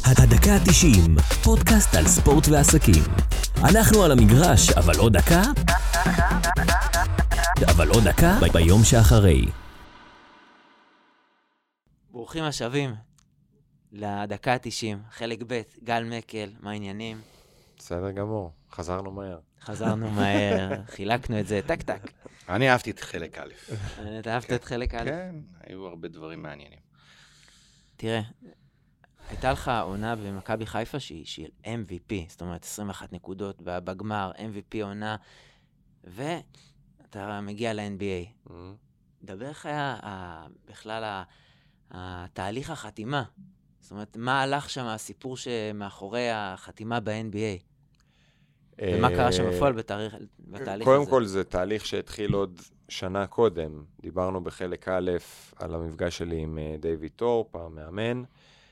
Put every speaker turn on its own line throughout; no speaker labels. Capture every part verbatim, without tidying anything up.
הדקה ה-תשעים, פודקאסט על ספורט ועסקים. אנחנו על המגרש, אבל עוד דקה? אבל עוד דקה ביום שאחרי.
ברוכים השבים לדקה ה-תשעים, חלק ב', גל מקל, מה העניינים?
בסדר גמור, חזרנו מהר.
חזרנו מהר, חילקנו את זה, טק טק.
אני אהבתי את חלק א'.
אתה אהבת את חלק א'?
כן, היו הרבה דברים מעניינים.
תראה, הייתה לך עונה במכבי חיפה שהיא של אם וי פי, זאת אומרת עשרים ואחת נקודות בגמר, אם וי פי עונה, ואתה מגיע ל-אן בי איי. דבר איך היה בכלל התהליך החתימה? זאת אומרת, מה הלך שם הסיפור שמאחורי החתימה ב-אן בי איי? ומה קרה שם בפועל בתהליך הזה?
קודם כל זה תהליך שהתחיל עוד שנה קודם. דיברנו בחלק א' על המפגש שלי עם דיוויד טורפ, המאמן.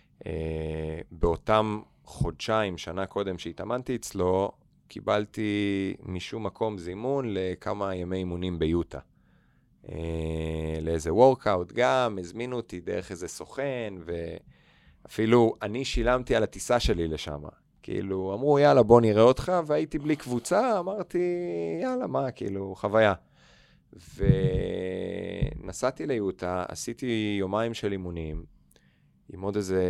באותם חודשיים, שנה קודם שהתאמנתי אצלו, קיבלתי משום מקום זימון לכמה ימי אימונים ביוטה. לאיזה וורקאוט גם, הזמינו אותי דרך איזה סוכן, ואפילו אני שילמתי על הטיסה שלי לשם. כאילו, אמרו, יאללה, בוא נראה אותך, והייתי בלי קבוצה, אמרתי, יאללה, מה, כאילו, חוויה. ונסעתי ליוטה, עשיתי יומיים של אימונים, עם עוד איזה,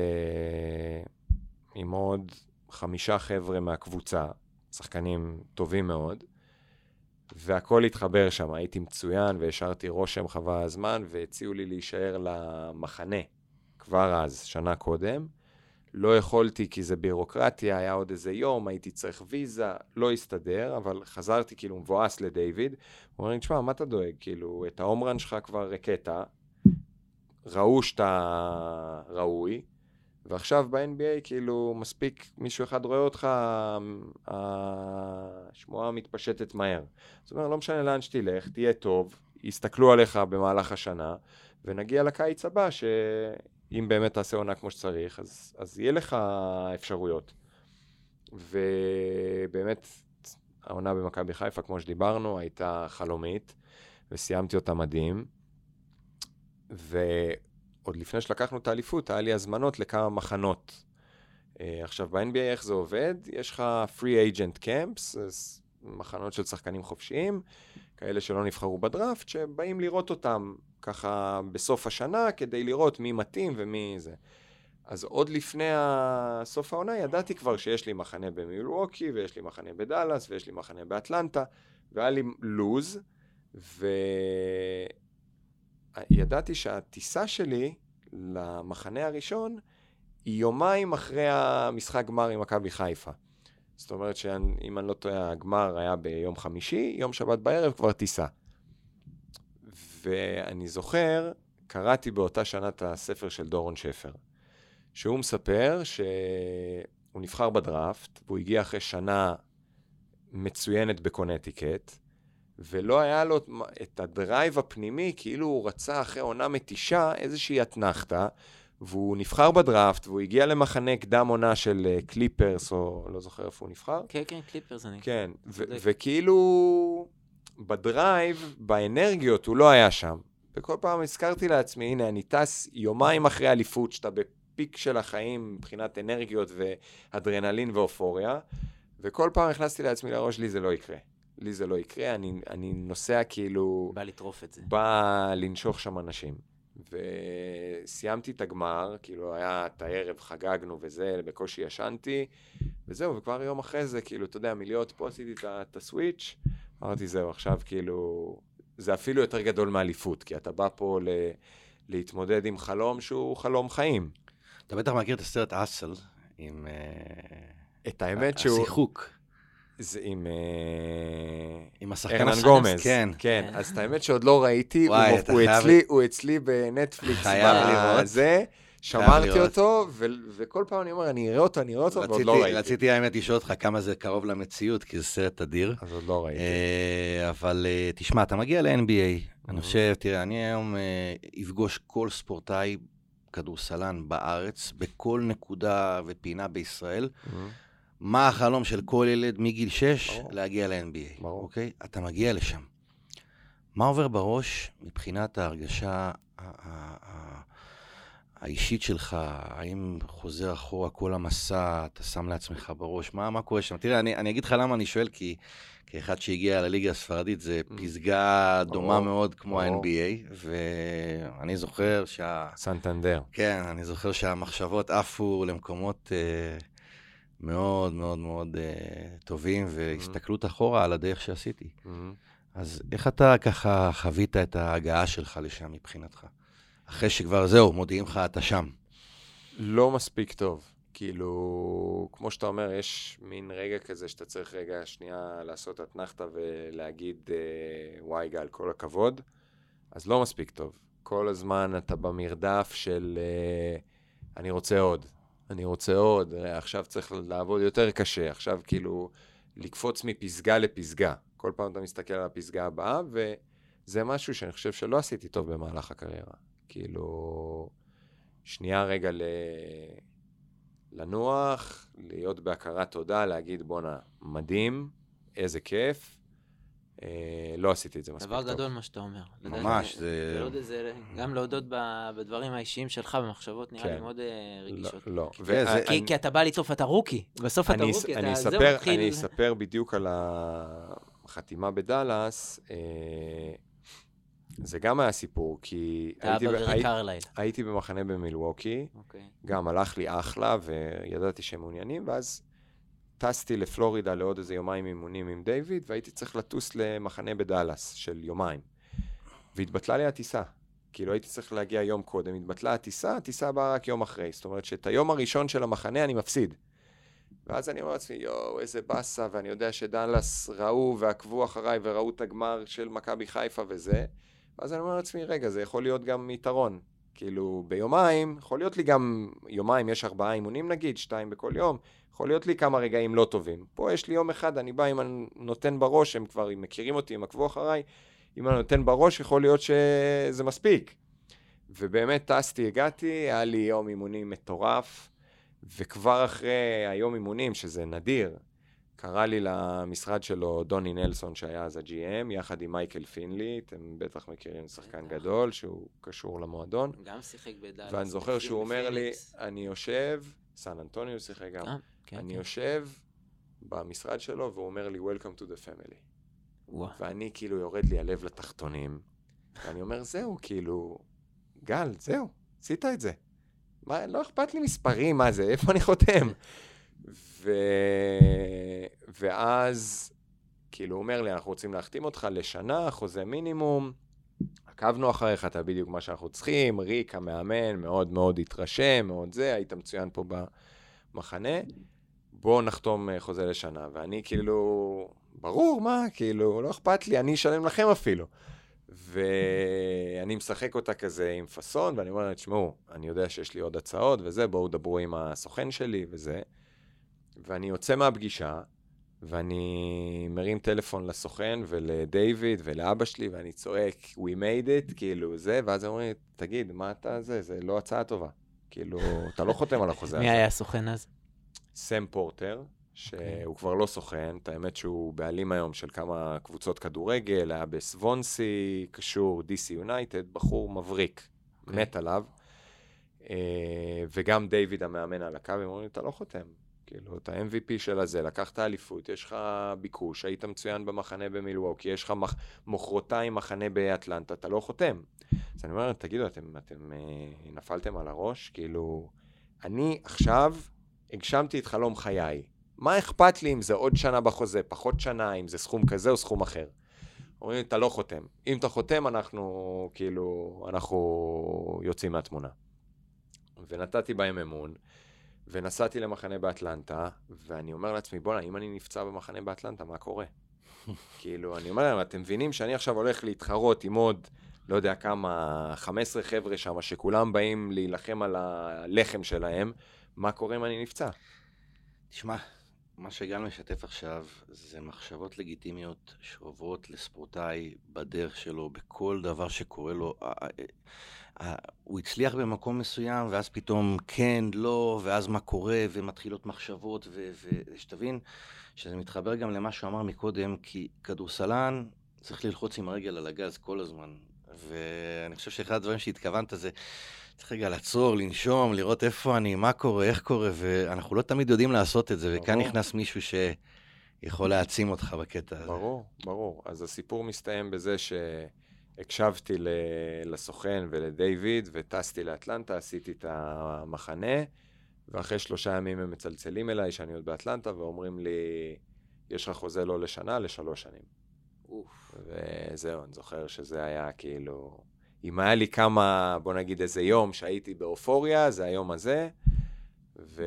עם עוד חמישה חבר'ה מהקבוצה, שחקנים טובים מאוד, והכל התחבר שם, הייתי מצוין, והשארתי רושם חווה הזמן, והציעו לי להישאר למחנה, כבר אז, שנה קודם, לא יכולתי כי זה בירוקרטיה, היה עוד איזה יום, הייתי צריך ויזה, לא הסתדר, אבל חזרתי כאילו מבואס לדיוויד, הוא אומר לי, תשמע, מה אתה דואג? כאילו, את האומרן שלך כבר רקטה, ראו שאתה ראוי, ועכשיו ב-אן בי איי כאילו מספיק מישהו אחד רואה אותך, השמועה מתפשטת מהר. זאת אומרת, לא משנה לאן שתלך, תהיה טוב, יסתכלו עליך במהלך השנה, ונגיע לקיץ הבא ש... אם באמת תעשה עונה כמו שצריך, אז, אז יהיה לך אפשרויות. ובאמת, העונה במכבי חיפה, כמו שדיברנו, הייתה חלומית, וסיימתי אותה מדהים. ועוד לפני שלקחנו את האליפות, היה לי הזמנות לכמה מחנות. עכשיו, ב-אן בי איי איך זה עובד? יש לך free agent camps, אז מחנות של שחקנים חופשיים, כאלה שלא נבחרו בדראפט, שבאים לראות אותם ככה בסוף השנה, כדי לראות מי מתאים ומי זה. אז עוד לפני סוף העונה, ידעתי כבר שיש לי מחנה במילווקי, ויש לי מחנה בדלס, ויש לי מחנה באטלנטה, והיה לי לוז, וידעתי שהטיסה שלי למחנה הראשון, היא יומיים אחרי המשחק גמר עם מכבי חיפה. זאת אומרת שאם אני לא טועה, הגמר היה ביום חמישי, יום שבת בערב כבר טיסה. ואני זוכר, קראתי באותה שנה את הספר של דורון שפר, שהוא מספר שהוא נבחר בדראפט, והוא הגיע אחרי שנה מצוינת בקונטיקט, ולא היה לו את הדרייב הפנימי, כאילו הוא רצה אחרי עונה מתישה איזושהי התנחתה, והוא נבחר בדראפט, והוא הגיע למחנה קדם עונה של קליפרס, או לא זוכר איפה הוא נבחר.
כן, כן, קליפרס אני.
כן, ו- וכאילו בדרייב, באנרגיות, הוא לא היה שם. וכל פעם הזכרתי לעצמי, הנה, אני טס יומיים אחרי אליפות, שאתה בפיק של החיים, מבחינת אנרגיות ואדרנלין ואופוריה, וכל פעם הכנסתי לעצמי לראש, לי זה לא יקרה. לי זה לא יקרה, אני, אני נוסע כאילו...
בא לטרוף את זה.
בא לנשוך שם אנשים. וסיימתי את הגמר, כאילו היה את הערב, חגגנו וזה, בקושי ישנתי, וזהו, וכבר יום אחרי זה, כאילו, אתה יודע, מלהיות פה עשיתי את הסוויץ', אמרתי, זהו, עכשיו כאילו, זה אפילו יותר גדול מאליפות, כי אתה בא פה ל... להתמודד עם חלום שהוא חלום חיים.
אתה בטח מכיר את הסרט אסל, עם...
את האמת שהוא...
השיחוק.
זה עם...
עם השחקן
הרנן גומז.
כן.
כן, אז את האמת שעוד לא ראיתי,
וואי,
הוא,
אתה
הוא,
חייב...
אצלי, הוא אצלי בנטפליקס.
חייב לראות.
זה, שמרתי אותו, ו- וכל פעם אני אומר, אני אראה אותו, אני אראה אותו, ועוד לא ראיתי.
רציתי האמת לשאול אותך כמה זה קרוב למציאות, כי זה סרט אדיר.
אז עוד לא ראיתי.
אבל תשמע, אתה מגיע ל-אן בי איי, אני חושב, תראה, אני היום אפגוש כל ספורטאי כדורסלן בארץ, בכל נקודה ופינה בישראל, מה החלום של כל ילד מגיל שש להגיע ל-אן בי איי, אוקיי? אתה מגיע לשם. מה עובר בראש מבחינת ההרגשה האישית שלך, האם חוזר אחורה כל המסע, אתה שם לעצמך בראש, מה, מה קורה שם? תראה, אני, אני אגיד לך למה אני שואל, כי כאחד שהגיע לליגה הספרדית, זה פסגה דומה מאוד כמו ה-אן בי איי, ואני זוכר שה...
סנטנדר.
כן, אני זוכר שהמחשבות עפו למקומות אה, מאוד מאוד מאוד אה, טובים, והסתכלות אחורה על הדרך שעשיתי. אז איך אתה ככה חווית את ההגעה שלך לשם מבחינתך? אחרי שכבר זהו, מודיעים לך, אתה שם.
לא מספיק טוב. כאילו, כמו שאתה אומר, יש מין רגע כזה שאתה צריך רגע שנייה לעשות אתנחתא ולהגיד, אה, וואי גל, כל הכבוד. אז לא מספיק טוב. כל הזמן אתה במרדף של, אה, אני רוצה עוד, אני רוצה עוד, עכשיו צריך לעבוד יותר קשה, עכשיו כאילו לקפוץ מפסגה לפסגה. כל פעם אתה מסתכל על הפסגה הבאה, וזה משהו שאני חושב שלא עשיתי טוב במהלך הקריירה. כאילו, שנייה רגע ל... לנוח, להיות בהכרת תודה, להגיד בונה, מדהים, איזה כיף. אה, לא עשיתי את זה מספיק טוב.
דבר גדול מה שאתה אומר.
ממש, זה...
זה... זה... גם להודות בדברים האישיים שלך, במחשבות, נראה
כן.
לי מאוד רגישות.
לא, לא.
כי,
ואני,
כי, כי אתה בא לטוף, אתה רוקי. בסוף אתה
אני,
רוקי,
אני
אתה...
אספר,
זהו, מתחיל...
אני אספר בדיוק על החתימה בדלס, אה, זה גם היה סיפור, כי הייתי,
בגרי קרלייל.
הייתי במחנה במילווקי,
אוקיי.
גם הלך לי אחלה, וידעתי שהם מעוניינים, ואז טסתי לפלורידה לעוד איזה יומיים אימונים עם דיוויד, והייתי צריך לטוס למחנה בדלס של יומיים. והתבטלה לי הטיסה. כאילו הייתי צריך להגיע יום קודם, התבטלה הטיסה, הטיסה באה רק יום אחרי. זאת אומרת שאת היום הראשון של המחנה אני מפסיד. ואז אני אומר לעצמי, יואו, איזה בסה, ואני יודע שדלס ראו ועקבו אחריי וראו את הגמר של מכבי חיפה וזה. ואז אני אומר לעצמי, רגע, זה יכול להיות גם יתרון. כאילו, ביומיים, יכול להיות לי גם, יומיים יש ארבעה אימונים נגיד, שתיים בכל יום, יכול להיות לי כמה רגעים לא טובים. פה יש לי יום אחד, אני בא, אם אני נותן בראש, הם כבר מכירים אותי, הם עקבו אחריי, אם אני נותן בראש, יכול להיות שזה מספיק. ובאמת טסתי, הגעתי, היה לי יום אימונים מטורף, וכבר אחרי היום אימונים, שזה נדיר, קרא לי למשרד שלו דוני נלסון, שהיה אז ה-ג'י אם, יחד עם מייקל פינלי, אתם בטח מכירים שחקן גדול, שהוא קשור למועדון.
גם שיחק בדלס.
ואני זוכר שהוא אומר לי, אני יושב, סן אנטוניו שיחק גם, אני יושב במשרד שלו, והוא אומר לי, Welcome to the family. ואני כאילו יורד לי הלב לתחתונים, ואני אומר, זהו, כאילו, גל, זהו, עשית את זה. מה, לא אכפת לי מספרים, מה זה, איפה אני חותם? ו... ואז, כאילו, הוא אומר לי, אנחנו רוצים להחתים אותך לשנה, חוזה מינימום, עקבנו אחריך, אתה בדיוק מה שאנחנו צריכים, ריק, המאמן, מאוד מאוד התרשם, מאוד זה, היית מצוין פה במחנה, בואו נחתום חוזה לשנה, ואני כאילו, ברור, מה, כאילו, לא אכפת לי, אני אשלם לכם אפילו. ואני משחק אותה כזה עם פסון, ואני אומר, תשמעו, אני יודע שיש לי עוד הצעות וזה, בואו דברו עם הסוכן שלי וזה. ואני יוצא מהפגישה, ואני מרים טלפון לסוכן ולדיוויד ולאבא שלי, ואני צועק, we made it, כאילו זה, ואז הם אומרים, תגיד, מה אתה זה? זה לא הצעה טובה. כאילו, אתה לא חותם על החוזה הזה.
מי היה הסוכן אז?
סם פורטר, שהוא כבר לא סוכן, את האמת שהוא בעלים היום של כמה קבוצות כדורגל, היה בסוונסי, קשור, די סי יונייטד, בחור מבריק, מת עליו, וגם דיוויד המאמן על הקו, הם אומרים, אתה לא חותם. כאילו, אתה אם וי פי של הזה, לקחת אליפות, יש לך ביקוש, היית מצוין במחנה במילווקי, יש לך מח... מוחרתיים מחנה באטלנטה, אתה לא חותם. אז אני אומר, תגידו, אתם, אתם אה, נפלתם על הראש? כאילו, אני עכשיו הגשמתי את חלום חיי. מה אכפת לי אם זה עוד שנה בחוזה, פחות שנה, אם זה סכום כזה או סכום אחר? אומרים, אתה לא חותם. אם אתה חותם, אנחנו, כאילו, אנחנו יוצאים מהתמונה. ונתתי בהם אמון, ונסעתי למחנה באטלנטה, ואני אומר לעצמי, בוא'נה, אם אני נפצע במחנה באטלנטה, מה קורה? כאילו, אני אומר להם, אתם מבינים שאני עכשיו הולך להתחרות עם עוד, לא יודע כמה, חמישה עשר חבר'ה שם, שכולם באים להילחם על הלחם שלהם, מה קורה אם אני נפצע?
תשמע, מה שגל משתף עכשיו, זה מחשבות לגיטימיות שעוברות לספורטאי בדרך שלו, בכל דבר שקורה לו. הוא הצליח במקום מסוים, ואז פתאום כן, לא, ואז מה קורה, ומתחילות מחשבות, ושתבין שזה מתחבר גם למה שהוא אמר מקודם, כי כדורסלן צריך ללחוץ עם הרגל על הגז כל הזמן. ואני חושב שאחד הדברים שהתכוונת זה, צריך רגע לעצור, לנשום, לראות איפה אני, מה קורה, איך קורה, ואנחנו לא תמיד יודעים לעשות את זה, ברור. וכאן נכנס מישהו שיכול להעצים אותך בקטע הזה.
ברור, ברור. אז הסיפור מסתיים בזה שהקשבתי לסוכן ולדיוויד, וטסתי לאטלנטה, עשיתי את המחנה, ואחרי שלושה ימים הם מצלצלים אליי, שאני עוד באטלנטה, ואומרים לי, יש לך חוזה לא לשנה, לשלוש שנים.
אוף.
וזהו, אני זוכר שזה היה כאילו... אם היה לי כמה, בוא נגיד איזה יום שהייתי באופוריה, זה היום הזה, ו...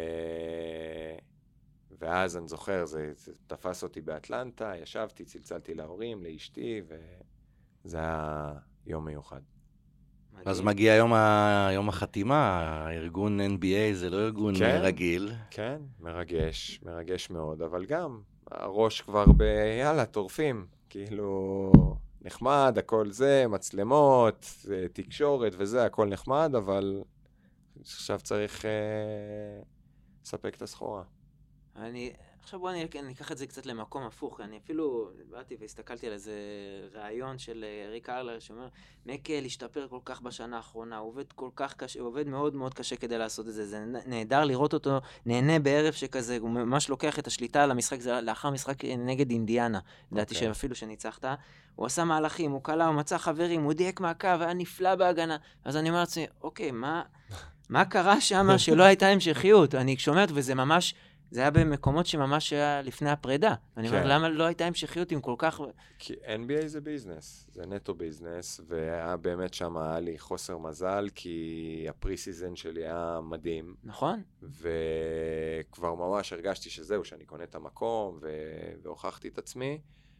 ואז אני זוכר, זה, זה תפס אותי באטלנטה, ישבתי, צלצלתי להורים, לאשתי, וזה היה יום מיוחד.
אז מגיע יום, ה... יום החתימה, הארגון אן בי איי זה לא ארגון
כן,
רגיל.
כן, מרגש, מרגש מאוד, אבל גם הראש כבר ב... יאללה, טורפים, כאילו... נחמד, הכל זה, מצלמות, תקשורת וזה, הכל נחמד, אבל עכשיו צריך אה, לספק את הסחורה.
אני, עכשיו בוא אני, אני אקח את זה קצת למקום הפוך, אני אפילו באתי והסתכלתי על איזה רעיון של ריק ארלר, שאומר, מקל להשתפר כל כך בשנה האחרונה, הוא עובד כל כך קשה, הוא עובד מאוד מאוד קשה כדי לעשות את זה, זה נהדר לראות אותו, נהנה בערב שכזה, הוא ממש לוקח את השליטה על המשחק, זה לאחר משחק נגד אינדיאנה, לדעתי okay. שאפילו שניצחת, הוא עשה מהלכים, הוא קלה, הוא מצא חברים, הוא דייק מהקו, היה נפלא בהגנה, אז אני אומר לעצמי, אוקיי, מה, מה קרה שם שלא הייתה המשכיות? אני שומעת, וזה ממש, זה היה במקומות שממש היה לפני הפרידה. אני אומר, למה לא הייתה המשכיות עם כל כך...
כי אן בי איי זה ביזנס, זה נטו ביזנס, והיה באמת שם, היה לי חוסר מזל, כי הפרי-סיזן שלי היה מדהים.
נכון.
וכבר ממש הרגשתי שזהו, שאני קונה את המקום, והוכחתי את עצמי,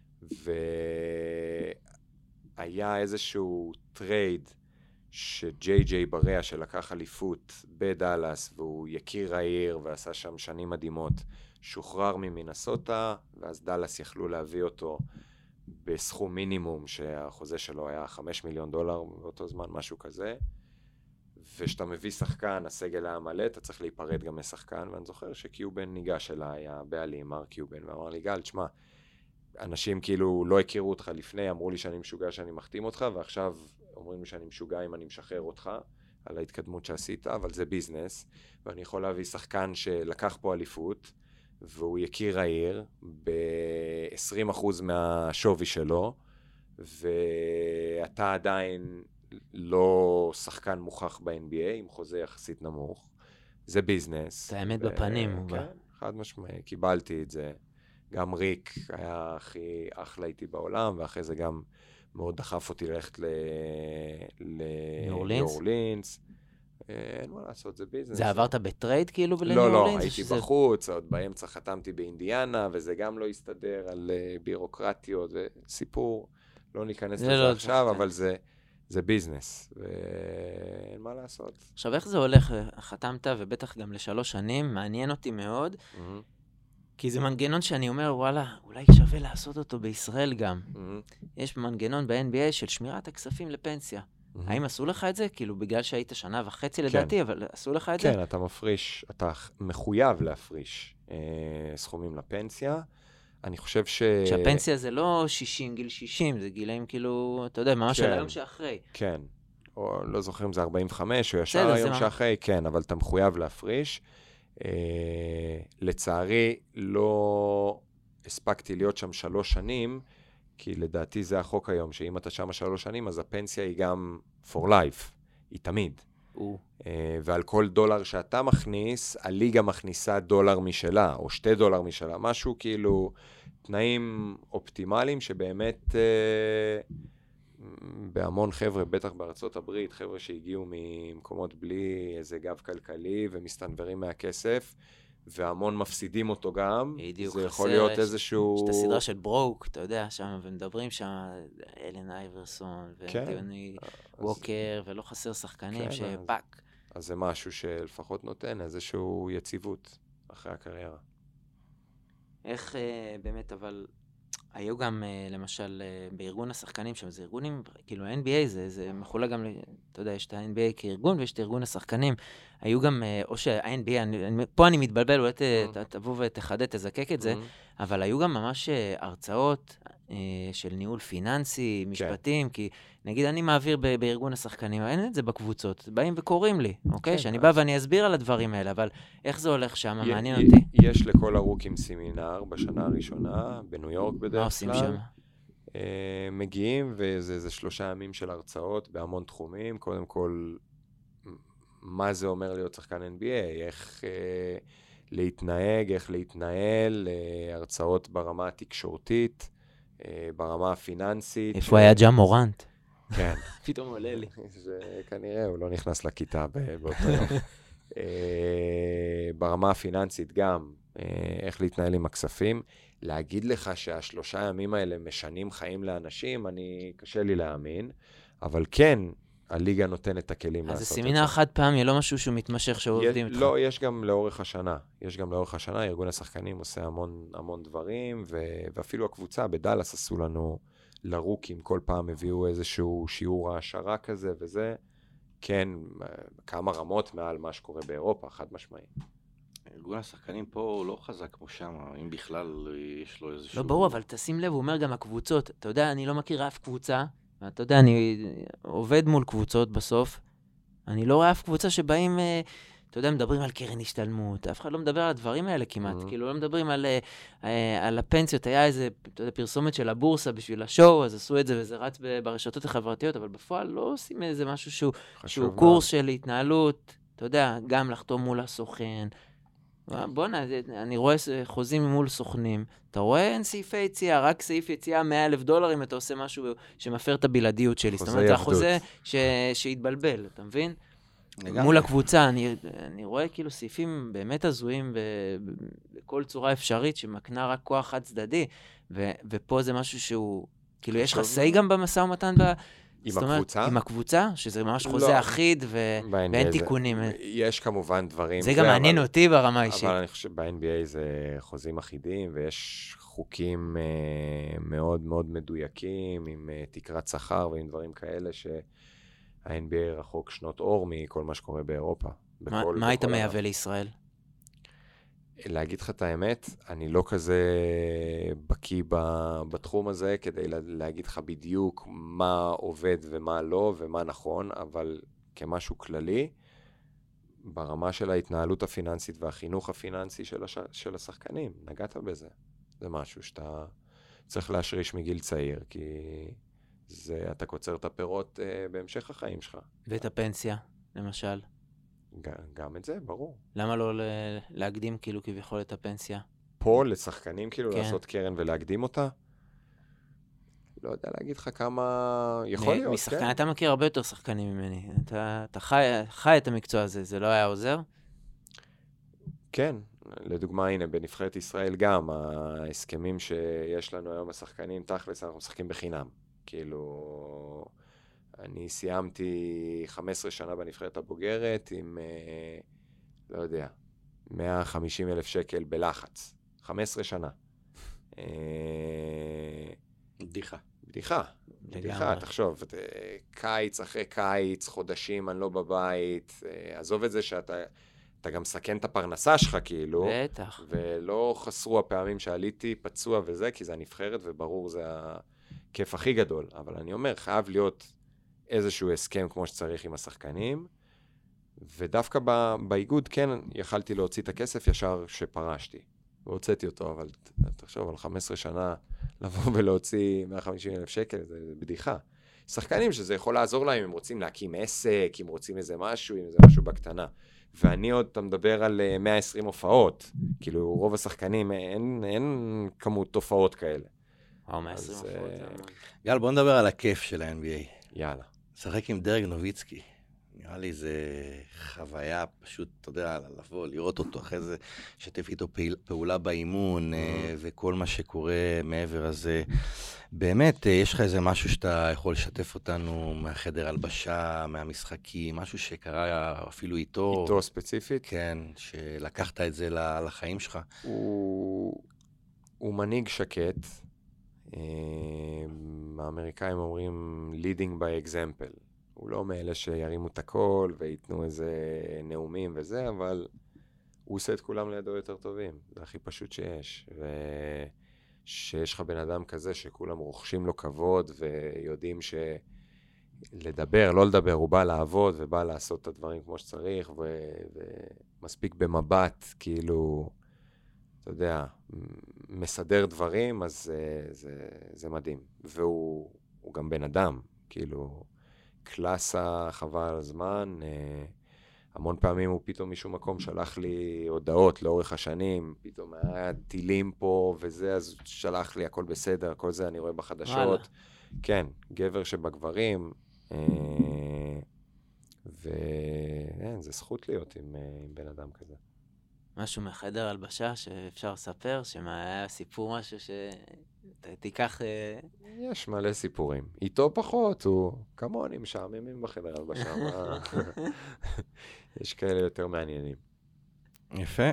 והיה איזשהו טרייד, שג'יי ג'יי בריאה שלקח אליפות בדאלאס, והוא יכיר העיר ועשה שם שנים מדהימות, שוחרר ממינסוטה, ואז דאלאס יכלו להביא אותו בסכום מינימום, שהחוזה שלו היה חמישה מיליון דולר באותו זמן, משהו כזה. ושאתה מביא שחקן, הסגל היה מלא, אתה צריך להיפרד גם משחקן, ואני זוכר שקיובן ניגש אליי, הבעלים, מר קיובן, ואמר לי, גל, תשמע, אנשים כאילו לא הכירו אותך לפני, אמרו לי שאני משוגע שאני מחתים אותך, ועכשיו אומרים לי שאני משוגע אם אני משחרר אותך על ההתקדמות שעשית, אבל זה ביזנס, ואני יכול להביא שחקן שלקח פה אליפות, והוא יכיר העיר ב-עשרים אחוז מהשווי שלו, ואתה עדיין לא שחקן מוכח ב-אן בי איי, עם חוזה יחסית נמוך. זה ביזנס.
את האמת בפנים.
כן, חד משמעי, קיבלתי את זה. גם ריק היה הכי אחלה איתי בעולם, ואחרי זה גם מאוד דחף אותי ללכת לניו אורלינס. אין מה לעשות, זה ביזנס.
זה עברת בטרייד כאילו בניו
אורלינס?
אורלינס?
לא, לא, הייתי בחוץ, עוד באמצע חתמתי באינדיאנה, וזה גם לא הסתדר על בירוקרטיות וסיפור. לא ניכנס לזה עכשיו, אבל זה ביזנס, ואין מה לעשות.
עכשיו, איך זה הולך? חתמת, ובטח גם לשלוש שנים, מעניין אותי מאוד. כי זה מנגנון שאני אומר, וואלה, אולי שווה לעשות אותו בישראל גם. Mm-hmm. יש מנגנון ב-אן בי איי של שמירת הכספים לפנסיה. Mm-hmm. האם עשו לך את זה? כאילו בגלל שהיית שנה וחצי כן. לדעתי, אבל עשו לך את
כן,
זה?
כן, אתה מפריש, אתה מחויב להפריש אה, סכומים לפנסיה. אני חושב ש...
שהפנסיה זה לא שישים, גיל שישים, זה גילאים כאילו, אתה יודע, ממש כן. על היום שאחרי.
כן, או לא זוכר אם זה ארבעים וחמש, או ישר היום שאחרי, כן, אבל אתה מחויב להפריש. Uh, לצערי לא הספקתי להיות שם שלוש שנים, כי לדעתי זה החוק היום, שאם אתה שם שלוש שנים, אז הפנסיה היא גם for life, היא תמיד. Uh. Uh, ועל כל דולר שאתה מכניס, הליגה מכניסה דולר משלה, או שתי דולר משלה, משהו כאילו תנאים אופטימליים שבאמת... Uh, בהמון חבר'ה, בטח בארצות הברית, חבר'ה שהגיעו ממקומות בלי איזה גב כלכלי ומסתנברים מהכסף, והמון מפסידים אותו גם.
בדיוק,
זה יכול להיות איזשהו...
יש את הסדרה של ברוק, אתה יודע, שם, ומדברים שם, אלן אייברסון, וטיוני ווקר, ולא חסר שחקנים שפאק.
אז זה משהו שלפחות נותן איזשהו יציבות אחרי הקריירה.
איך באמת, אבל... היו גם, למשל, בארגון השחקנים שם, זה ארגונים, כאילו, ה-אן בי איי זה, זה מחולה גם, אתה יודע, יש את ה-אן בי איי כארגון, ויש את ארגון השחקנים. היו גם, או שה-אן בי איי, פה אני מתבלבל, אולי תבוא ותחדד, תזקק את זה, אבל היו גם ממש אה, הרצאות אה, של ניהול פיננסי, משפטים, כי נגיד אני מעביר ב- בארגון השחקנים, אין את זה בקבוצות, באים וקוראים לי, אוקיי? שאני בא ואני אסביר על הדברים האלה, אבל איך זה הולך שם? מעניין
י-
אותי.
יש לכל הרוקים סמינר בשנה הראשונה, בניו יורק בדרך כלל.
מה עושים שם?
אה, מגיעים, וזה זה שלושה ימים של הרצאות בהמון תחומים. קודם כל, מה זה אומר להיות שחקן אן בי איי, איך אה, להתנהג, איך להתנהל, אה, הרצאות ברמה התקשורתית, אה, ברמה הפיננסית.
איפה היה ג'ה מורנט?
כן.
פתאום עולה לי.
זה כנראה, הוא לא נכנס לכיתה באותו יום. אה, ברמה הפיננסית גם, אה, איך להתנהל עם הכספים. להגיד לך שהשלושה ימים האלה משנים חיים לאנשים, אני, קשה לי להאמין, אבל כן, הליגה נותנת את הכלים לעשות את זה.
אז זה סמינר חד פעמי, לא משהו שהוא מתמשך שעובדים איתך.
לא, יש גם לאורך השנה. יש גם לאורך השנה, ארגון השחקנים עושה המון, המון דברים, ו, ואפילו הקבוצה בדלס עשו לנו לרוקים, כל פעם הביאו איזשהו שיעור העשרה כזה וזה, כן, כמה רמות מעל מה שקורה באירופה, חד משמעי.
ארגון השחקנים פה הוא לא חזק כמו שם, אם בכלל יש לו איזשהו...
לא ברור, אבל תשים לב, הוא אומר גם הקבוצות. אתה יודע, אני לא מכיר אף קבוצה, אתה יודע, אני עובד מול קבוצות בסוף, אני לא רואה אף קבוצה שבאים, אתה יודע, מדברים על קרן השתלמות, אף אחד לא מדבר על הדברים האלה כמעט,
Mm-hmm.
כאילו לא מדברים על, על הפנסיות, היה איזה, אתה יודע, פרסומת של הבורסה בשביל השואו, אז עשו את זה וזה רץ ברשתות החברתיות, אבל בפועל לא עושים איזה משהו שהוא, שהוא קורס של התנהלות, אתה יודע, גם לחתום מול הסוכן, בוא'נה, אני רואה חוזים מול סוכנים, אתה רואה אין סעיפי יציאה, רק סעיף יציאה מאה אלף דולר אם אתה עושה משהו שמפר את הבלעדיות שלי. זאת אומרת, זה החוזה שהתבלבל, אתה מבין? מול הקבוצה, אני, אני רואה כאילו סעיפים באמת הזויים בכל צורה אפשרית, שמקנה רק כוח חד צדדי, ו, ופה זה משהו שהוא, כאילו יש לך סי גם במשא ומתן ב...
עם הקבוצה?
עם הקבוצה, שזה ממש חוזה אחיד ואין תיקונים.
יש כמובן דברים...
זה גם מעניין אותי ברמה האישית.
אבל אני חושב שב-אן בי איי זה חוזים אחידים, ויש חוקים מאוד מאוד מדויקים, עם תקרת שכר ועם דברים כאלה, שה-אן בי איי רחוק שנות אור מכל מה שקורה באירופה.
מה היית מייבא לישראל?
להגיד לך את האמת, אני לא כזה בקיא בתחום הזה, כדי להגיד לך בדיוק מה עובד ומה לא ומה נכון, אבל כמשהו כללי, ברמה של ההתנהלות הפיננסית והחינוך הפיננסי של, הש... של השחקנים, נגעת בזה. זה משהו שאתה צריך להשריש מגיל צעיר, כי זה, אתה קוצר את הפירות uh, בהמשך החיים שלך.
ואת הפנסיה, למשל?
גם את זה, ברור.
למה לא להקדים כאילו כביכול את הפנסיה?
פה לשחקנים כאילו
כן.
לעשות קרן ולהקדים אותה? לא יודע להגיד לך כמה... יכול להיות,
משחקן,
כן.
אתה מכיר הרבה יותר שחקנים ממני. אתה, אתה חי, חי את המקצוע הזה, זה לא היה עוזר?
כן. לדוגמה, הנה, בנבחרת ישראל גם, ההסכמים שיש לנו היום השחקנים, תכלס, אנחנו משחקים בחינם. כאילו... אני סיימתי חמש עשרה שנה בנבחרת הבוגרת עם, אה, לא יודע, מאה וחמישים אלף שקל בלחץ. חמש עשרה שנה. אה,
בדיחה.
בדיחה. בדיחה, תחשוב, קיץ אחרי קיץ, חודשים, אני לא בבית, אה, עזוב את זה שאתה אתה גם סכן את הפרנסה שלך, כאילו.
בטח.
ולא חסרו הפעמים שעליתי פצוע וזה, כי זה הנבחרת, וברור זה הכיף הכי גדול. אבל אני אומר, חייב להיות... איזשהו הסכם כמו שצריך עם השחקנים, ודווקא באיגוד כן יכלתי להוציא את הכסף ישר שפרשתי, והוצאתי אותו, אבל תחשוב על חמש עשרה שנה לבוא ולהוציא מאה וחמישים אלף שקל, זה בדיחה. שחקנים שזה יכול לעזור להם, אם רוצים להקים עסק, אם רוצים איזה משהו, אם זה משהו בקטנה. ואני עוד, אתה מדבר על מאה ועשרים הופעות, כאילו רוב השחקנים, אין, אין כמות תופעות כאלה.
או, מאה ועשרים הופעות.
גל, בוא נדבר על הכיף של ה-אן בי איי.
יאללה.
שחק עם דרג נוביצקי. נראה לי זה חוויה פשוט, אתה יודע, לבוא, לראות אותו אחרי זה, שתף איתו פעולה באימון, וכל מה שקורה מעבר הזה. באמת, יש לך איזה משהו שאתה יכול לשתף אותנו מהחדר הלבשה, מהמשחקים, משהו שקרה אפילו איתו.
איתו ספציפית?
כן, שלקחת את זה לחיים שלך.
הוא, הוא מנהיג שקט. האמריקאים אומרים leading by example. הוא לא מאלה שירימו את הכל ויתנו איזה נאומים וזה, אבל הוא עושה את כולם לידו יותר טובים. זה הכי פשוט שיש. ושיש לך בן אדם כזה שכולם רוכשים לו כבוד ויודעים ש... לדבר, לא לדבר, הוא בא לעבוד ובא לעשות את הדברים כמו שצריך, ו... ומספיק במבט, כאילו, אתה יודע, מסדר דברים, אז זה, זה, זה מדהים. והוא גם בן אדם, כאילו, קלאסה, חבל על הזמן. המון פעמים הוא פתאום משום מקום שלח לי הודעות לאורך השנים, פתאום היה טילים פה וזה, אז שלח לי הכל בסדר, כל זה אני רואה בחדשות. כן, גבר שבגברים, וזה זכות להיות עם, עם בן אדם כזה.
משהו מחדר הלבשה שאפשר לספר, שהיה סיפור משהו שתיקח...
יש מלא סיפורים. איתו פחות, הוא כמוני משעממים בחדר הלבשה. יש כאלה יותר מעניינים.
יפה.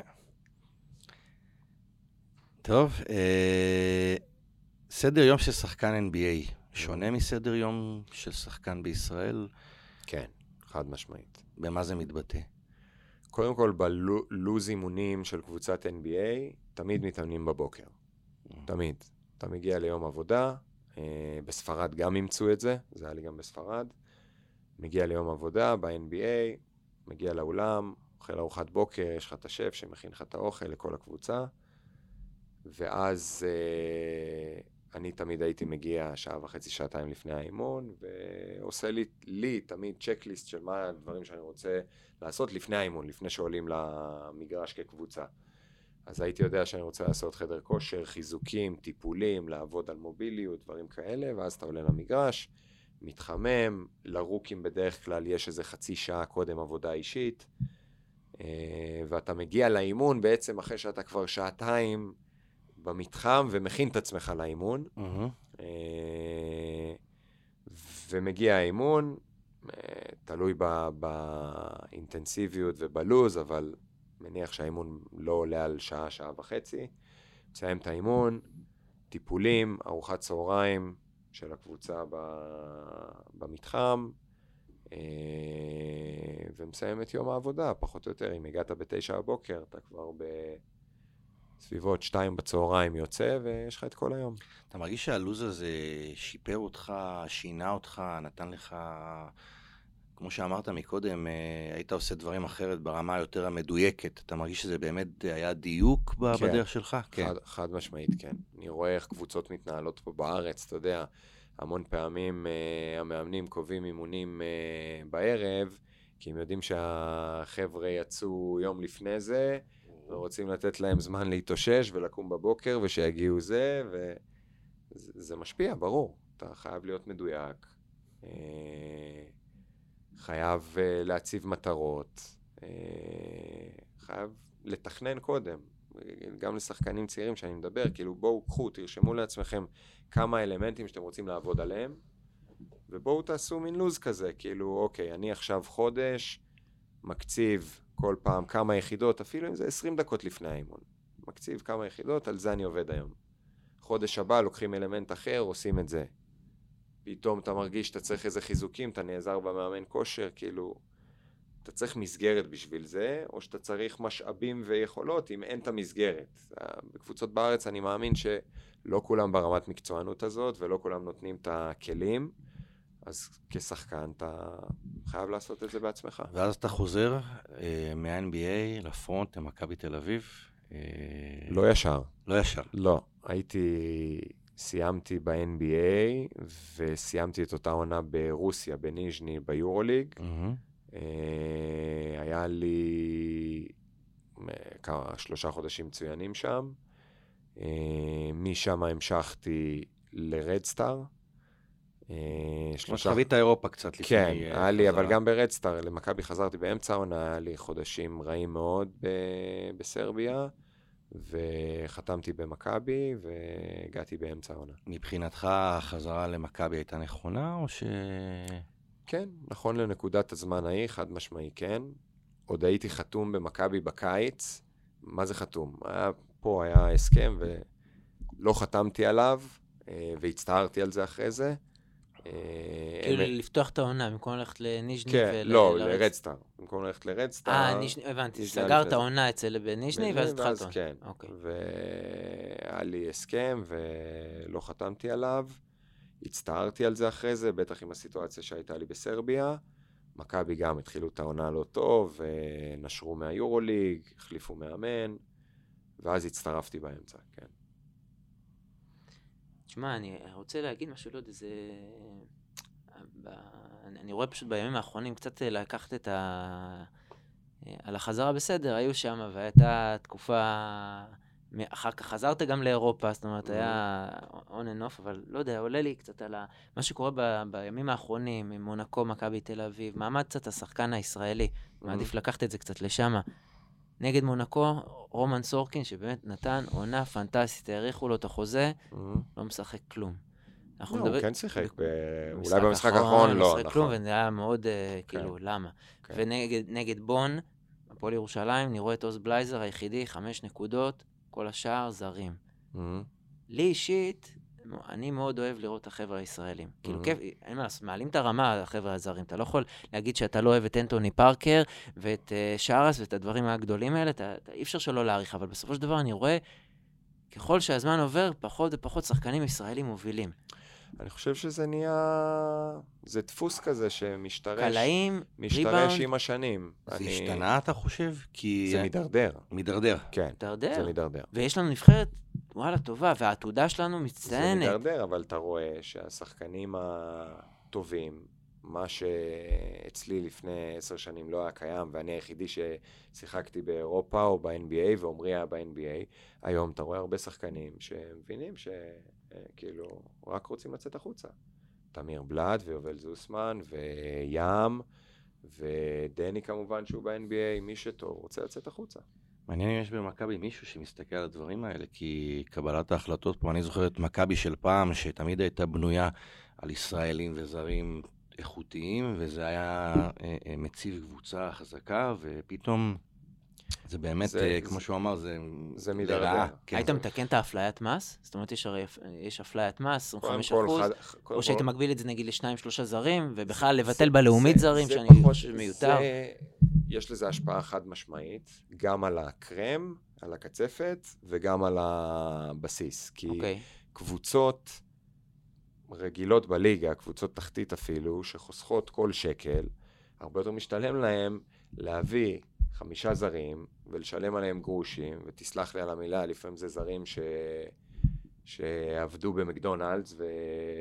טוב, אה, סדר יום של שחקן אן בי איי, שונה מסדר יום של שחקן בישראל?
כן, חד משמעית.
במה זה מתבטא?
קודם כל, בלוז אימונים של קבוצת אן בי איי, תמיד מתאמנים בבוקר. תמיד. אתה מגיע ליום עבודה, אה, בספרד גם ימצאו את זה, זה היה לי גם בספרד. מגיע ליום עבודה ב-אן בי איי, מגיע לאולם, אוכל ארוחת בוקר, יש לך את השף שמכין לך את האוכל לכל הקבוצה, ואז אה, אני תמיד הייתי מגיע שעה וחצי, שעתיים לפני האימון, ועושה לי, לי תמיד צ'קליסט של מה הדברים שאני רוצה לעשות לפני האימון, לפני שעולים למגרש כקבוצה. אז הייתי יודע שאני רוצה לעשות חדר כושר, חיזוקים, טיפולים, לעבוד על מוביליות, דברים כאלה, ואז אתה עולה למגרש, מתחמם, לרוקים בדרך כלל יש איזה חצי שעה קודם עבודה אישית, ואתה מגיע לאימון בעצם אחרי שאתה כבר שעתיים במתחם ומכין את עצמך לאימון, mm-hmm. ומגיע האימון, תלוי באינטנסיביות ובלוז, אבל מניח שהאימון לא עולה על שעה, שעה וחצי, מסיים את האימון, טיפולים, ארוחת צהריים של הקבוצה במתחם, ומסיים את יום העבודה, פחות או יותר. אם הגעת בתשע הבוקר, אתה כבר בסביבות שתיים בצהריים יוצא, ויש לך את כל היום.
אתה מרגיש שהלוז הזה שיפר אותך, שינה אותך, נתן לך... כמו שאמרת מקודם, היית עושה דברים אחרת ברמה יותר המדויקת. אתה מרגיש שזה באמת היה דיוק
כן.
בדרך שלך?
כן. חד, חד משמעית, כן. אני רואה איך קבוצות מתנהלות פה בארץ, אתה יודע, המון פעמים uh, המאמנים קובעים אימונים uh, בערב, כי הם יודעים שהחבר'ה יצאו יום לפני זה, ורוצים לתת להם זמן להתאושש ולקום בבוקר, ושיגיעו זה, וזה משפיע, ברור. אתה חייב להיות מדויק. Uh, חייב uh, להציב מטרות, uh, חייב לתכנן קודם, גם לשחקנים צעירים שאני מדבר, כאילו בואו קחו, תרשמו לעצמכם כמה אלמנטים שאתם רוצים לעבוד עליהם, ובואו תעשו מין לוז כזה, כאילו אוקיי, אני עכשיו חודש, מקציב כל פעם כמה יחידות, אפילו אם זה עשרים דקות לפני האימון, מקציב כמה יחידות, על זה אני עובד היום. חודש הבא לוקחים אלמנט אחר, עושים את זה. פתאום אתה מרגיש שאתה צריך איזה חיזוקים, אתה נעזר במאמן כושר, כאילו, אתה צריך מסגרת בשביל זה, או שאתה צריך משאבים ויכולות, אם אין את המסגרת. בקבוצות בארץ אני מאמין שלא כולם ברמת מקצוענות הזאת, ולא כולם נותנים את הכלים, אז כשחקן אתה חייב לעשות את זה בעצמך.
ואז אתה חוזר אה, מה-אן בי איי לפרונט, למכבי תל אביב? אה...
לא ישר.
לא ישר.
לא, הייתי... סיימתי ב-אן בי איי, וסיימתי את אותה עונה ברוסיה, בניז'ני, ביורוליג. Mm-hmm. היה לי כמה, שלושה חודשים מצוינים שם. משם המשכתי לרדסטאר.
שלושה... חווית אירופה קצת לפני...
כן, היה לי, אבל גם ברדסטאר, למכבי חזרתי באמצע העונה, היה לי חודשים רעים מאוד ב- בסרביה. וחתמתי במכבי, והגעתי באמצע העונה.
מבחינתך החזרה למכבי הייתה נכונה, או ש...
כן, נכון לנקודת הזמן ההיא, חד משמעי כן. עוד הייתי חתום במכבי בקיץ. מה זה חתום? היה, פה היה הסכם ולא חתמתי עליו, והצטערתי על זה אחרי זה,
כאילו לפתוח את העונה, במקום ללכת לניז'ני
כן, לא, לרדסטאר. במקום ללכת לרדסטאר.
אה, הבנתי, סגרת העונה אצל בניז'ני, ואז התחלת עונה.
כן, והיה לי הסכם, ולא חתמתי עליו. הצטערתי על זה אחרי זה, בטח עם הסיטואציה שהייתה לי בסרביה. מכבי גם התחילו את העונה לא טוב, נשרו מהיורוליג, החליפו מאמן, ואז הצטרפתי באמצע, כן.
תשמע, אני רוצה להגיד משהו, לא יודע, זה... אני רואה פשוט בימים האחרונים קצת לקחת את ה... על החזרה בסדר, היו שם, והייתה תקופה... אחר כך חזרת גם לאירופה, זאת אומרת, היה on and off, אבל לא יודע, עולה לי קצת על מה שקורה ב... בימים האחרונים, עם מונקו, מכבי תל אביב, מעמד קצת השחקן הישראלי, מעדיף לקחת את זה קצת לשם. נגד מונקו, רומן סורקין, שבאמת נתן עונה פנטסטית, העריכו לו את החוזה, לא משחק כלום.
לא, הוא כן שיחק, אולי במשחק האחרון לא,
נכון. כלום, וזה היה מאוד, כאילו, למה? ונגד בון, הפועל ירושלים, נראו את עוז בלייזר היחידי, חמש נקודות, כל השאר זרים. לי אישית, אני מאוד אוהב לראות את החבר'ה הישראלים. כאילו, כיף, אין מה לעשות, מעלים את הרמה, החבר'ה הזרים. אתה לא יכול להגיד שאתה לא אוהב את אנטוני פארקר, ואת שרס, ואת הדברים הגדולים האלה, אתה, אי אפשר שלא להעריך, אבל בסופו של דבר אני רואה, ככל שהזמן עובר, פחות ופחות שחקנים ישראלים מובילים.
אני חושב שזה נהיה... זה דפוס כזה שמשתרש...
קלעים,
משתרש עם השנים.
זה אני... השתנה, אתה חושב? כי...
זה מדרדר.
מדרדר.
כן,
מדרדר.
זה מדרדר.
ויש לנו נבחרת, וואלה, טובה, והעתודה שלנו מצטיינת.
זה מדרדר, אבל אתה רואה שהשחקנים הטובים, מה שאצלי לפני עשר שנים לא היה קיים, ואני היחידי ששיחקתי באירופה או ב-אן בי איי, ועומרי היה ב-אן בי איי, היום אתה רואה הרבה שחקנים שמבינים ש... כאילו, רק רוצים לצאת החוצה. תמיר בלד ויובל זוסמן וים ודני כמובן שהוא ב-אן בי איי, מי שטוב רוצה לצאת החוצה.
מעניין אם יש במכבי מישהו שמסתכל על הדברים האלה, כי קבלת ההחלטות פה, אני זוכר את מכבי של פעם, שתמיד הייתה בנויה על ישראלים וזרים איכותיים, וזה היה מציב קבוצה חזקה, ופתאום זה באמת, זה, כמו זה, שהוא אמר, זה,
זה לרעה.
כן. היית מתקן את האפליית מס? זאת אומרת, יש, יש אפליית מס, עשרים וחמישה אחוז, או כל שהיית כל... מגביל את זה נגיד לשניים, שלושה זרים, ובכלל זה, לבטל בלאומית זה, זרים, זה שאני פחות, חושב מיותר. זה,
יש לזה השפעה חד משמעית, גם על הקרם, על הקצפת, וגם על הבסיס. כי okay. קבוצות רגילות בליגה, קבוצות תחתית אפילו, שחוסכות כל שקל, הרבה יותר משתלם להם להביא חמישה זרים, ולשלם עליהם גרושים, ותסלח לי על המילה, לפעמים זה זרים ש... שעבדו במקדונלדס, ו...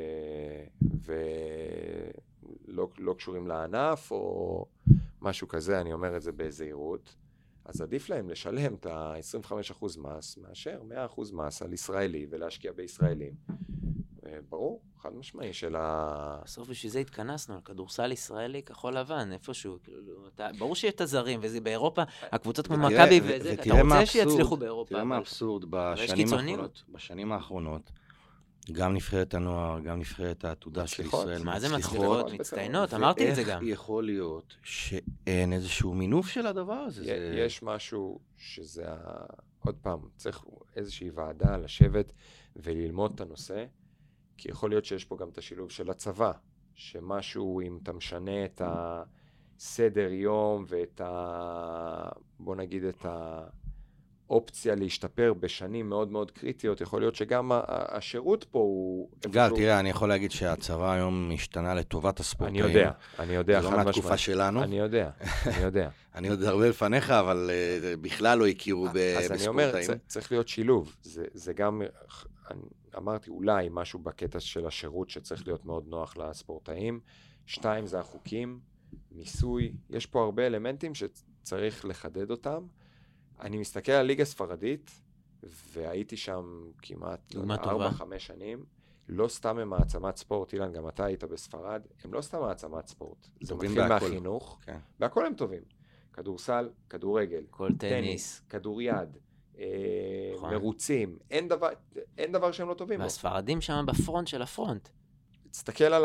ולא לא קשורים לענף, או משהו כזה, אני אומר את זה בזהירות, אז עדיף להם לשלם את ה-עשרים וחמישה אחוז מס, מאשר מאה אחוז מס על ישראלי, ולהשקיע בישראלים. ברור, חד משמעי של ה...
בסוף בשביל זה התכנסנו, על כדורסל ישראלי, כחול לבן, איפשהו, ברור שיש את הזרים, וזה באירופה, הקבוצות כמו מכבי וזה, אתה רוצה שיצליחו באירופה.
תראה מה אבסורד, בשנים האחרונות, גם נבחרת הנוער, גם נבחרת העתודה של ישראל,
מה זה מצליחות, מצטיינות, אמרתי את זה גם.
ואיך יכול להיות שאין איזשהו מינוף של הדבר הזה?
יש משהו שזה, עוד פעם, צריך איזושהי ועדה לשבת וללמוד את הנושא, כי יכול להיות שיש פה גם את השילוב של הצבא, שמשהו, אם אתה משנה את הסדר יום ואת ה... בוא נגיד את האופציה להשתפר בשנים מאוד מאוד קריטיות, יכול להיות שגם השירות פה הוא...
גל, תראה, אני יכול להגיד שהצבא היום משתנה לטובת הספורטאים.
אני יודע, אני יודע.
זה לא מהתקופה שלנו.
אני יודע, אני יודע.
אני עוד הרבה לפניך, אבל בכלל לא הכירו בספורטאים.
אז אני אומר, צריך להיות שילוב. זה גם... אמרתי, אולי משהו בקטע של השירות שצריך להיות מאוד נוח לספורטאים. שתיים, זה החוקים, מיסוי. יש פה הרבה אלמנטים שצריך לחדד אותם. אני מסתכל על ליגה ספרדית, והייתי שם כמעט ארבע חמש שנים. לא סתם הם מעצמת ספורט, אילן, גם אתה היית בספרד. הם לא סתם מעצמת ספורט. זה מתחיל מהחינוך, והכל הם טובים. כדורסל, כדורגל, טניס, כדוריד. מרוצים, אין דבר, אין דבר שהם לא טובים.
והספרדים שם בפרונט של הפרונט.
תסתכל על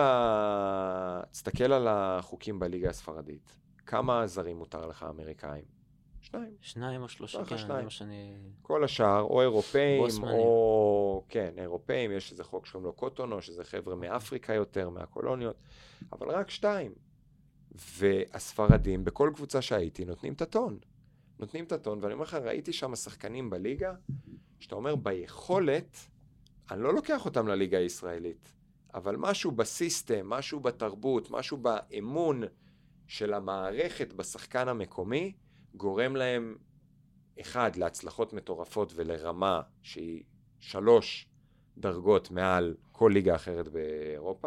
ה... תסתכל על החוקים בליגה הספרדית. כמה זרים מותר לך אמריקאים? שניים.
שניים או שלושה, כן, זה מה שאני...
כל השאר, או אירופאים,
בוסמנים.
או... כן, אירופאים, יש איזה חוק שקוראים לו קוטונו, שזה חבר'ה מאפריקה יותר, מהקולוניות, אבל רק שתיים. והספרדים, בכל קבוצה שהייתי, נותנים את הטון. נותנים את הטון, ואני אומר לך, ראיתי שם שחקנים בליגה, שאתה אומר, ביכולת, אני לא לוקח אותם לליגה הישראלית, אבל משהו בסיסטם, משהו בתרבות, משהו באמון של המערכת בשחקן המקומי, גורם להם, אחד, להצלחות מטורפות ולרמה שהיא שלוש דרגות מעל כל ליגה אחרת באירופה,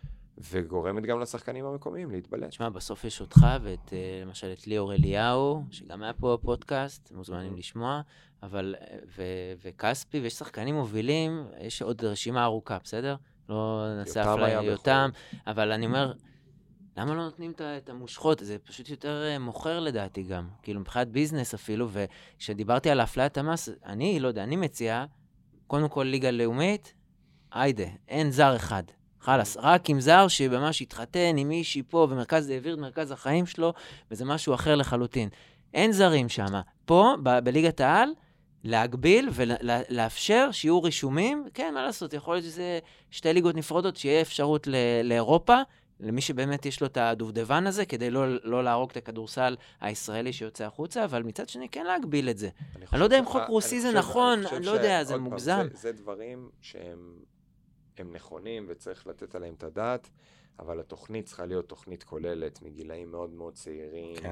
וגורמת גם לשחקנים המקומיים להתבלט.
תשמע, בסוף יש אותך ואת, למשל, את ליאור אליהו, שגם היה פה בפודקאסט, מוזמנים לשמוע, אבל, ו, וכספי, ויש שחקנים מובילים, יש עוד רשימה ארוכה, בסדר? לא נעשה אפליה יותם, אבל אני אומר, למה לא נותנים את המושכות? זה פשוט יותר מוכר לדעתי גם, כאילו מבחינת ביזנס אפילו, וכשדיברתי על אפליית המס, אני, לא יודע, אני מציע, קודם כל ליגה לאומית, היידה, אין זר אחד. חלס, רק עם זר שממש התחתן עם מישהי פה, ומרכז העביר את מרכז החיים שלו, וזה משהו אחר לחלוטין. אין זרים שם. פה, ב- בליגת העל, להגביל ולאפשר שיהיו רישומים, כן, מה לעשות, יכול להיות שזה שתי ליגות נפרדות, שיהיה אפשרות ל- לאירופה, למי שבאמת יש לו את הדובדבן הזה, כדי לא, לא להרוג את הכדורסל הישראלי שיוצא החוצה, אבל מצד שני כן להגביל את זה. אני, אני לא יודע אם חוק רוסי זה נכון, אני לא יודע, זה מוגזם.
זה, זה דברים שהם הם נכונים וצריך לתת עליהם את הדעת, אבל התוכנית צריכה להיות תוכנית כוללת מגילאים מאוד מאוד צעירים, כן.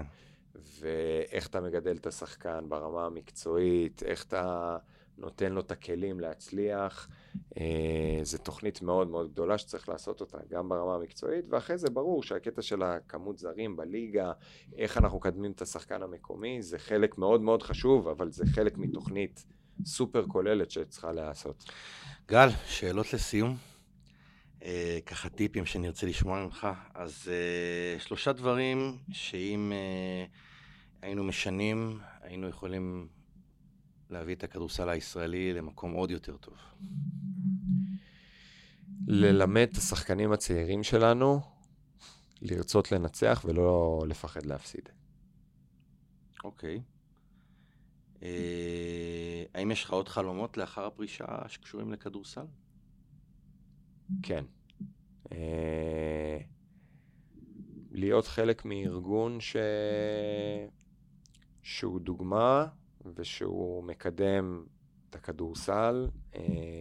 ואיך אתה מגדל את השחקן ברמה המקצועית, איך אתה נותן לו את הכלים להצליח, זו תוכנית מאוד מאוד גדולה שצריך לעשות אותה גם ברמה המקצועית, ואחרי זה ברור שהקטע של הכמות זרים בליגה, איך אנחנו קדמים את השחקן המקומי, זה חלק מאוד מאוד חשוב, אבל זה חלק מתוכנית סופר כוללת שצריכה לעשות.
גל, שאלות לסיום, אה, ככה טיפים שנרצה לשמוע ממך, אז אה, שלושה דברים שאם אה, היינו משנים, היינו יכולים להביא את הכדורסל הישראלי למקום עוד יותר טוב.
ללמד את השחקנים הצעירים שלנו, לרצות לנצח ולא לפחד להפסיד.
אוקיי. אה, האם יש לך עוד חלומות לאחר הפרישה שקשורים לכדורסל?
כן. אה, להיות חלק מארגון ש... שהוא דוגמה ושהוא מקדם את הכדורסל אה,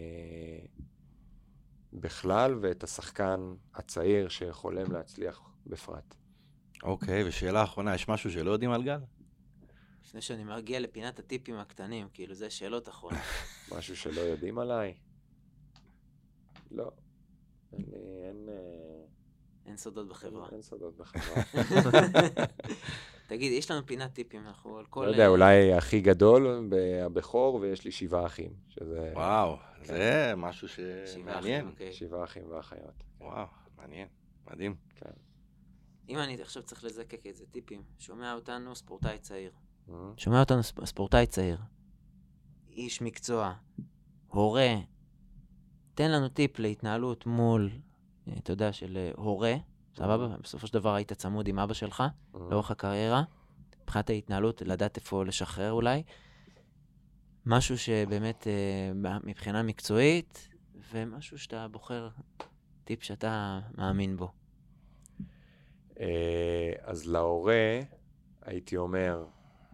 בכלל ואת השחקן הצעיר שיכולים להצליח בפרט.
אוקיי, ושאלה האחרונה, יש משהו שלא יודעים על גל?
לפני שאני מגיע לפינת הטיפים הקטנים, כאילו זה שאלות אחרונות.
משהו שלא יודעים עליי? לא. אין, אין,
אין סודות בחברה.
אין סודות בחברה.
תגיד, יש לנו פינת טיפים, אנחנו על כל...
לא יודע, אולי הכי גדול הבכור, ויש לי שבעה אחים, שזה...
וואו, זה משהו שמעניין.
שבעה אחים ואחיות.
וואו, מעניין, מדהים.
כן.
אם אני עכשיו צריך לזקק איזה טיפים, שומע אותנו ספורטאי צעיר. שומע אותנו ספורטאי צעיר. איש מקצוע, הורה, תן לנו טיפ להתנהלות מול, אתה יודע, של הורה, סבבה? בסופו של דבר היית צמוד עם אבא שלך, לאורך הקריירה, מבחינת ההתנהלות, לדעת איפה לשחרר אולי, משהו שבאמת מבחינה מקצועית, ומשהו שאתה בוחר, טיפ שאתה מאמין בו.
אז להורה, הייתי אומר,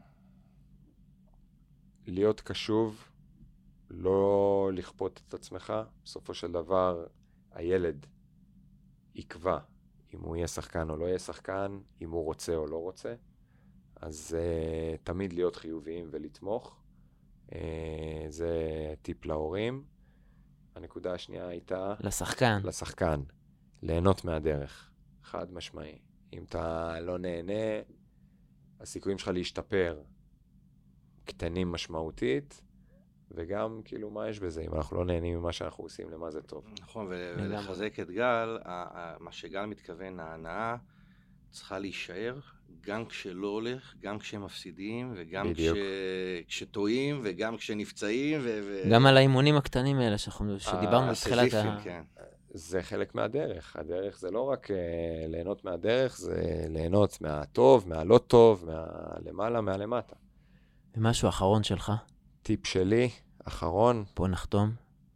להיות קשוב, לא לכפות את עצמך, בסופו של דבר הילד יקבע אם הוא יהיה שחקן או לא יהיה שחקן, אם הוא רוצה או לא רוצה, אז uh, תמיד להיות חיוביים ולתמוך, uh, זה טיפ להורים. הנקודה השנייה הייתה...
לשחקן.
לשחקן, ליהנות מהדרך, חד משמעי. אם אתה לא נהנה, הסיכויים שלך להשתפר קטנים משמעותית, וגם כאילו מה יש בזה, אם אנחנו לא נהנים ממה שאנחנו עושים, למה זה טוב.
נכון, ולחזק את גל, מה שגל מתכוון, ההנאה צריכה להישאר, גם כשלא הולך, גם כשהם מפסידים, וגם כשטועים, וגם כשנפצעים.
גם על האימונים הקטנים האלה שדיברנו בתחילת ה...
זה חלק מהדרך. הדרך זה לא רק ליהנות מהדרך, זה ליהנות מהטוב, מהלא טוב, מהלמעלה, מהלמטה.
ומשהו אחרון שלך?
טיפ שלי, אחרון.
פה נחתום.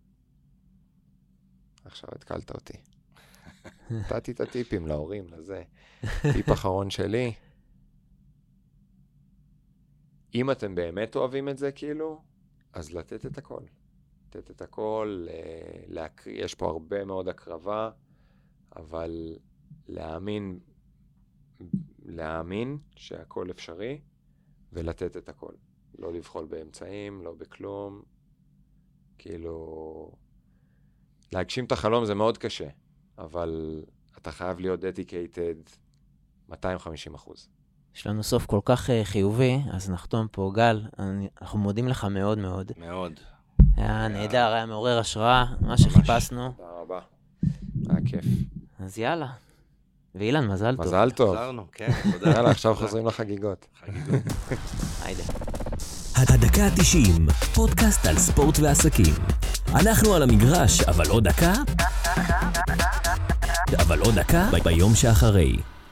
עכשיו התקלת אותי. נתתי את הטיפים להורים, לזה. טיפ אחרון שלי. אם אתם באמת אוהבים את זה, כאילו, אז לתת את הכל. לתת את הכל, להקריא, יש פה הרבה מאוד הקרבה, אבל להאמין, להאמין שהכל אפשרי, ולתת את הכל. לא לבחול באמצעים, לא בכלום. כאילו, להגשים את החלום זה מאוד קשה, אבל אתה חייב להיות dedicated מאתיים וחמישים אחוז.
יש לנו סוף כל כך uh, חיובי, אז נחתום פה. גל, אני, אנחנו מודים לך מאוד מאוד.
מאוד.
היה נהדר, היה מעורר השראה, מה שחיפשנו.
תודה רבה. היה כיף.
אז יאללה. ואילן, מזל טוב.
מזל טוב.
חזרנו, כן, תודה.
יאללה, עכשיו חוזרים לחגיגות.
חגיגות.
היידה.
הדקה ה-תשעים, פודקאסט על ספורט ועסקים. אנחנו על המגרש, אבל עוד דקה? אבל עוד דקה ביום שאחרי.